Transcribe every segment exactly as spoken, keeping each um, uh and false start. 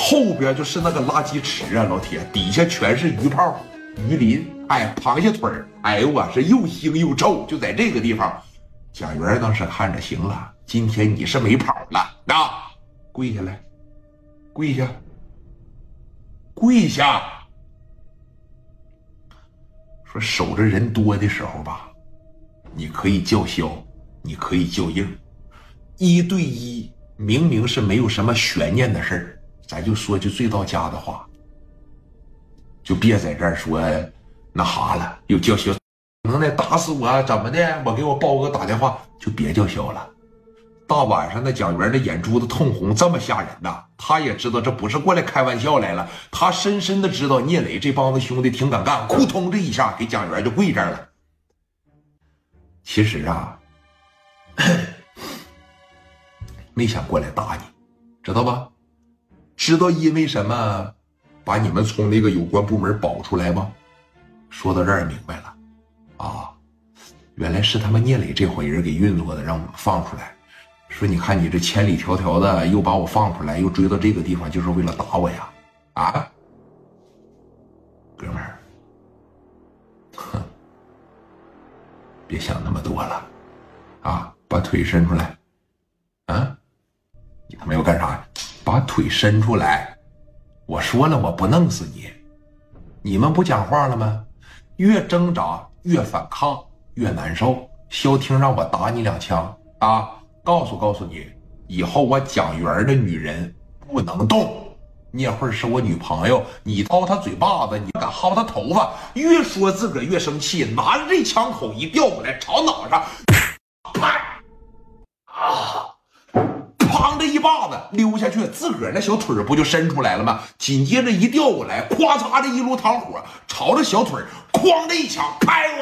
后边就是那个垃圾池啊，老铁，底下全是鱼泡、鱼鳞，哎，螃蟹腿儿，哎呦我是又腥又臭，就在这个地方。蒋元当时看着，行了，今天你是没跑了啊！跪下来，跪下，跪下。说守着人多的时候吧，你可以叫嚣，你可以叫硬，一对一，明明是没有什么悬念的事儿，咱就说句最到家的话，就别在这儿说那哈了，又叫嚣，能耐打死我怎么的？我给我包哥打电话，就别叫嚣了。大晚上的蒋元的眼珠子通红，这么吓人呐！他也知道这不是过来开玩笑来了，他深深的知道聂磊这帮子兄弟挺敢干，扑通这一下给蒋元就跪这儿了。其实啊，没想过来打你，知道吧？知道因为什么把你们从那个有关部门保出来吗？说到这儿明白了啊，原来是他们聂磊这伙人给运作的，让我们放出来。说你看你这千里迢迢的又把我放出来，又追到这个地方，就是为了打我呀？啊，哥们儿，哼，别想那么多了啊！把腿伸出来，啊，你他妈要干啥？把腿伸出来！我说了，我不弄死你，你们不讲话了吗？越挣扎越反抗越难受。消停让我打你两枪啊！告诉告诉你，以后我蒋元的女人不能动。聂慧是我女朋友，你掏她嘴巴子，你敢薅她头发，越说自个儿越生气，拿着这枪口一调过来，朝脑袋上，啪啊，砰的一巴子溜下去，自个儿那小腿不就伸出来了吗？紧接着一调过来，咵嚓的一炉膛火，朝着小腿哐的一枪开我，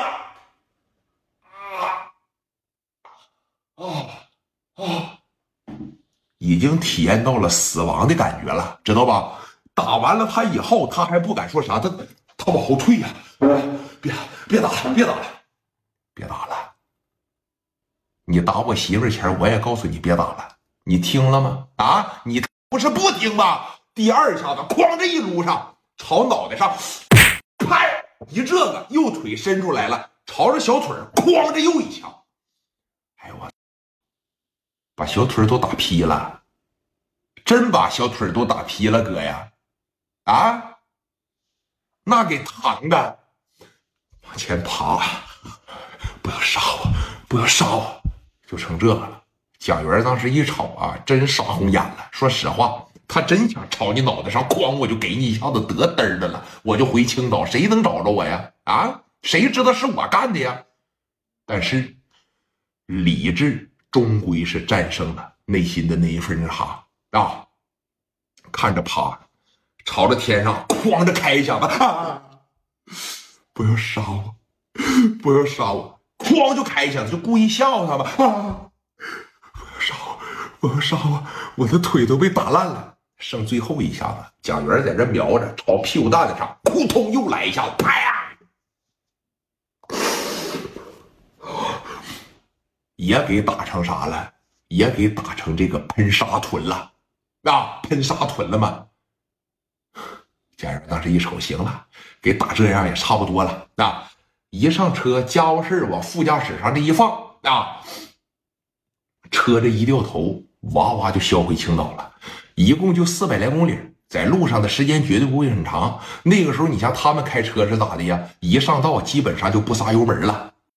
啊啊！啊，已经体验到了死亡的感觉了，知道吧？打完了他以后，他还不敢说啥，他他往后退呀、啊！别别打了，别打了，别打了！你打我媳妇儿前，我也告诉你别打了，你听了吗？啊，你不是不听吗？第二下子，哐这一撸上，朝脑袋上，拍一这个，右腿伸出来了，朝着小腿，哐这又一枪。哎呦我！把小腿都打劈了，真把小腿都打劈了，哥呀！啊，那给疼的，往前爬，不要杀我，不要杀我，就成这个了。蒋元当时一瞅啊，真杀红眼了。说实话，他真想朝你脑袋上哐，我就给你一下子得嘚儿的了，我就回青岛，谁能找着我呀？啊，谁知道是我干的呀？但是理智终归是战胜了内心的那一份哈啊！看着啪，朝着天上哐着开一下子，啊！不要杀我，不要杀我！哐就开一下子，就故意吓唬他们啊！不要杀我，不要杀我！我的腿都被打烂了，剩最后一下子，蒋元在这瞄着，朝屁股蛋子上，扑通又来一下子，啪呀！也给打成啥了？也给打成这个喷砂臀了，啊，喷砂臀了吗？家人当时一瞅，行了，给打这样也差不多了啊！一上车，家伙事往副驾驶上这一放啊，车这一掉头，哇哇就销回青岛了，一共就四百来公里，在路上的时间绝对不会很长。那个时候，你像他们开车是咋的呀？一上道基本上就不撒油门了。